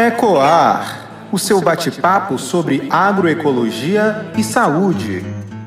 Ecoar, o seu bate-papo sobre agroecologia e saúde.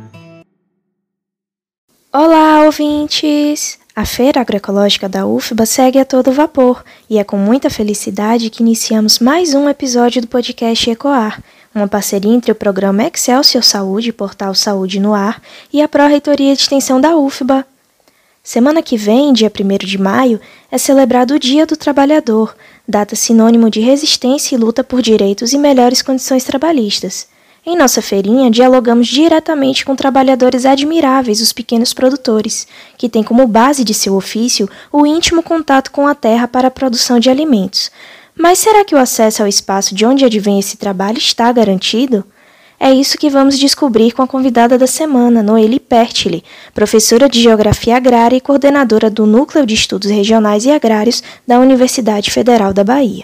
Olá, ouvintes! A Feira Agroecológica da UFBA segue a todo vapor e é com muita felicidade que iniciamos mais um episódio do podcast Ecoar, uma parceria entre o programa Excelsior Saúde, Portal Saúde no Ar, e a Pró-Reitoria de Extensão da UFBA. Semana que vem, dia 1º de maio, é celebrado o Dia do Trabalhador, data sinônimo de resistência e luta por direitos e melhores condições trabalhistas. Em nossa feirinha, dialogamos diretamente com trabalhadores admiráveis, os pequenos produtores, que têm como base de seu ofício o íntimo contato com a terra para a produção de alimentos. Mas será que o acesso ao espaço de onde advém esse trabalho está garantido? É isso que vamos descobrir com a convidada da semana, Noeli Pertile, professora de Geografia Agrária e coordenadora do Núcleo de Estudos Regionais e Agrários da Universidade Federal da Bahia.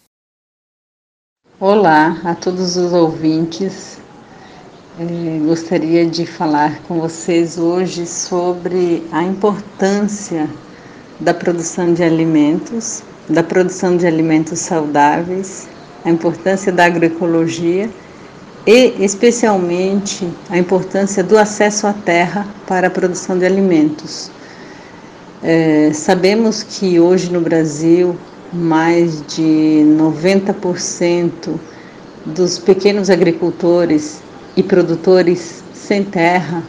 Olá a todos os ouvintes. Gostaria de falar com vocês hoje sobre a importância da produção de alimentos saudáveis, a importância da agroecologia e, especialmente, a importância do acesso à terra para a produção de alimentos. Sabemos que hoje no Brasil, mais de 90% dos pequenos agricultores e produtores sem terra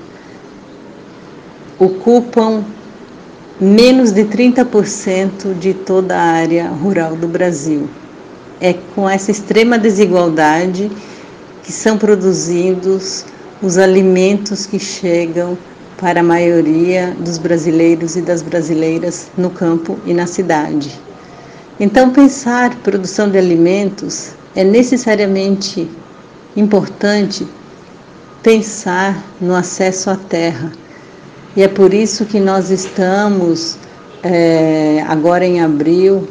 ocupam menos de 30% de toda a área rural do Brasil. É com essa extrema desigualdade que são produzidos os alimentos que chegam para a maioria dos brasileiros e das brasileiras no campo e na cidade. Então, pensar produção de alimentos é necessariamente importante pensar no acesso à terra. E é por isso que nós estamos, agora em abril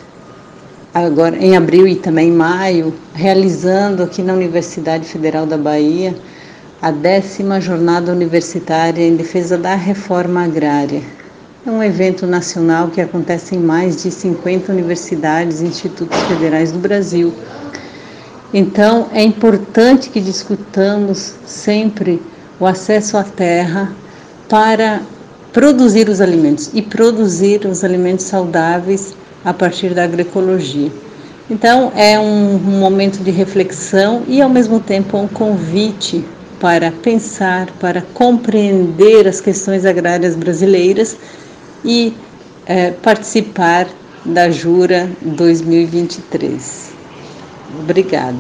e também em maio, realizando aqui na Universidade Federal da Bahia a 10ª Jornada Universitária em Defesa da Reforma Agrária. É um evento nacional que acontece em mais de 50 universidades e institutos federais do Brasil. Então, é importante que discutamos sempre o acesso à terra para produzir os alimentos e produzir os alimentos saudáveis a partir da agroecologia. Então, é um momento de reflexão e, ao mesmo tempo, um convite para pensar, para compreender as questões agrárias brasileiras e participar da Jura 2023. Obrigada.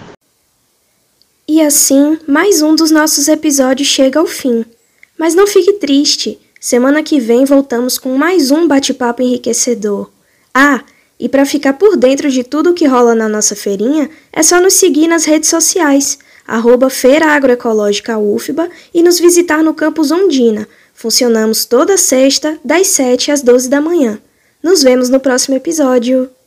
E assim, mais um dos nossos episódios chega ao fim. Mas não fique triste, semana que vem voltamos com mais um bate-papo enriquecedor. E para ficar por dentro de tudo o que rola na nossa feirinha, é só nos seguir nas redes sociais, @Feira Agroecológica UFBA e nos visitar no campus Ondina. Funcionamos toda sexta, das 7 às 12 da manhã. Nos vemos no próximo episódio.